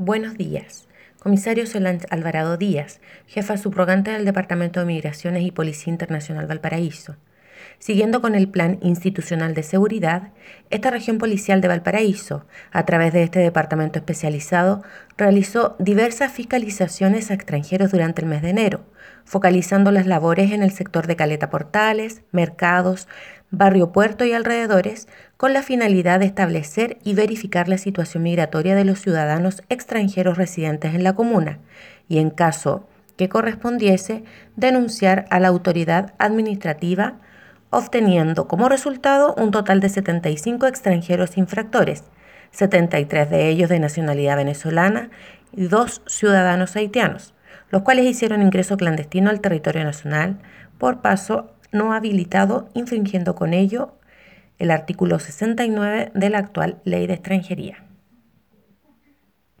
Buenos días. Comisario Solange Alvarado Díaz, jefa subrogante del Departamento de Migraciones y Policía Internacional Valparaíso. Siguiendo con el Plan Institucional de Seguridad, esta región policial de Valparaíso, a través de este departamento especializado, realizó diversas fiscalizaciones a extranjeros durante el mes de enero, focalizando las labores en el sector de Caleta Portales, mercados, Barrio Puerto y alrededores, con la finalidad de establecer y verificar la situación migratoria de los ciudadanos extranjeros residentes en la comuna y, en caso que correspondiese, denunciar a la autoridad administrativa, obteniendo como resultado un total de 75 extranjeros infractores, 73 de ellos de nacionalidad venezolana y 2 ciudadanos haitianos, los cuales hicieron ingreso clandestino al territorio nacional por paso no habilitado, infringiendo con ello el artículo 69 de la actual Ley de Extranjería.